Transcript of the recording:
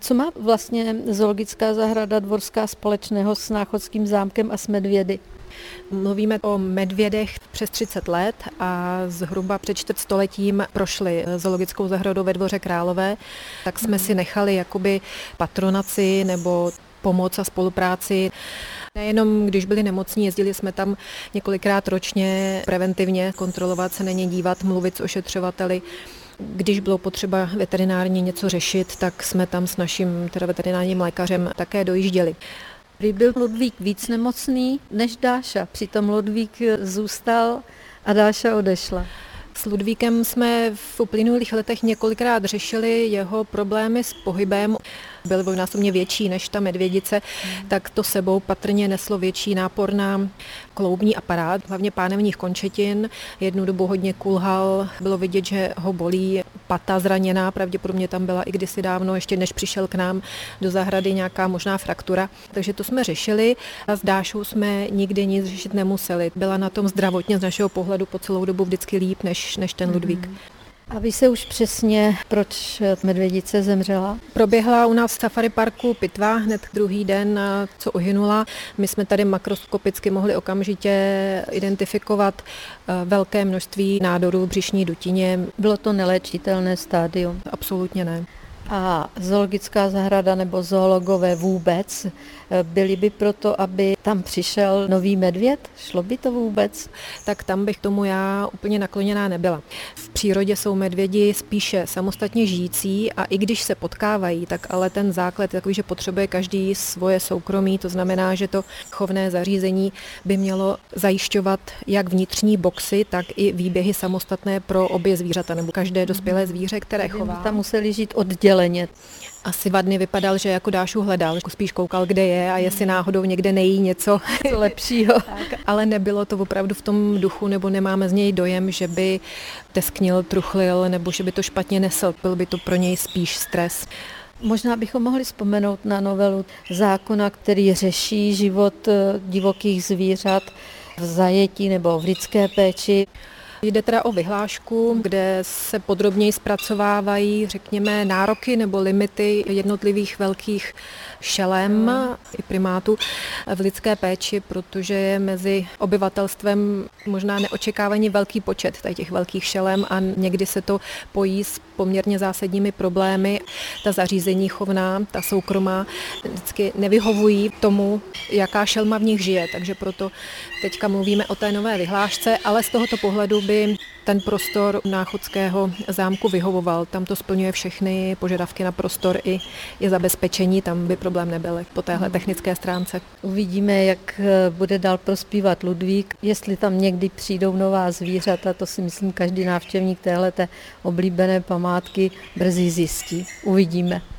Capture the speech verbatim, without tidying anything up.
Co má vlastně zoologická zahrada Dvorská společného s Náchodským zámkem a s medvědy? Mluvíme o medvědech přes třicet let a zhruba před čtvrtstoletím prošli zoologickou zahradou ve Dvoře Králové, tak jsme si nechali jakoby patronaci nebo pomoc a spolupráci. Nejenom když byli nemocní, jezdili jsme tam několikrát ročně preventivně kontrolovat se na ně, dívat, mluvit s ošetřovateli. Když bylo potřeba veterinárně něco řešit, tak jsme tam s naším teda veterinárním lékařem také dojížděli. Prý byl Ludvík víc nemocný než Dáša, přitom Ludvík zůstal a Dáša odešla. S Ludvíkem jsme v uplynulých letech několikrát řešili jeho problémy s pohybem. Byl dvojnásobně větší než ta medvědice, tak to sebou patrně neslo větší nápor na kloubní aparát, hlavně pánevních končetin. Jednu dobu hodně kulhal, bylo vidět, že ho bolí pata zraněná, pravděpodobně tam byla i kdysi dávno, ještě než přišel k nám do zahrady nějaká možná fraktura. Takže to jsme řešili a s Dášou jsme nikdy nic řešit nemuseli. Byla na tom zdravotně z našeho pohledu po celou dobu vždycky líp než, než ten Ludvík. A ví se už přesně, proč medvědice zemřela? Proběhla u nás v safari parku pitva hned druhý den, co uhynula. My jsme tady makroskopicky mohli okamžitě identifikovat velké množství nádorů v břišní dutině. Bylo to neléčitelné stádium? Absolutně ne. A zoologická zahrada nebo zoologové vůbec byli by proto, aby tam přišel nový medvěd? Šlo by to vůbec? Tak tam bych tomu já úplně nakloněná nebyla. V přírodě jsou medvědi spíše samostatně žijící a i když se potkávají, tak ale ten základ je takový, že potřebuje každý svoje soukromí, to znamená, že to chovné zařízení by mělo zajišťovat jak vnitřní boxy, tak i výběhy samostatné pro obě zvířata nebo každé dospělé zvíře, které chová. Tam museli žít odděleně. Asi dva dny vypadal, že jako Dášu hledal, spíš koukal, kde je a jestli náhodou někde nejí něco lepšího. Tak, ale nebylo to opravdu v tom duchu, nebo nemáme z něj dojem, že by tesknil, truchlil, nebo že by to špatně nesl. Byl by to pro něj spíš stres. Možná bychom mohli vzpomenout na novelu zákona, který řeší život divokých zvířat v zajetí nebo v lidské péči. Jde teda o vyhlášku, kde se podrobněji zpracovávají, řekněme, nároky nebo limity jednotlivých velkých šelem i primátů v lidské péči, protože je mezi obyvatelstvem možná neočekávaný velký počet těch velkých šelem a někdy se to pojí s poměrně zásadními problémy. Ta zařízení chovná, ta soukromá, vždycky nevyhovují tomu, jaká šelma v nich žije, takže proto teďka mluvíme o té nové vyhlášce, ale z tohoto pohledu by ten prostor Náchodského zámku vyhovoval. Tam to splňuje všechny požadavky na prostor i, i zabezpečení, tam by problém nebyl po téhle technické stránce. Uvidíme, jak bude dál prospívat Ludvík, jestli tam někdy přijdou nová zvířata, to si myslím každý návštěvník téhleté oblíbené památky brzy zjistí. Uvidíme.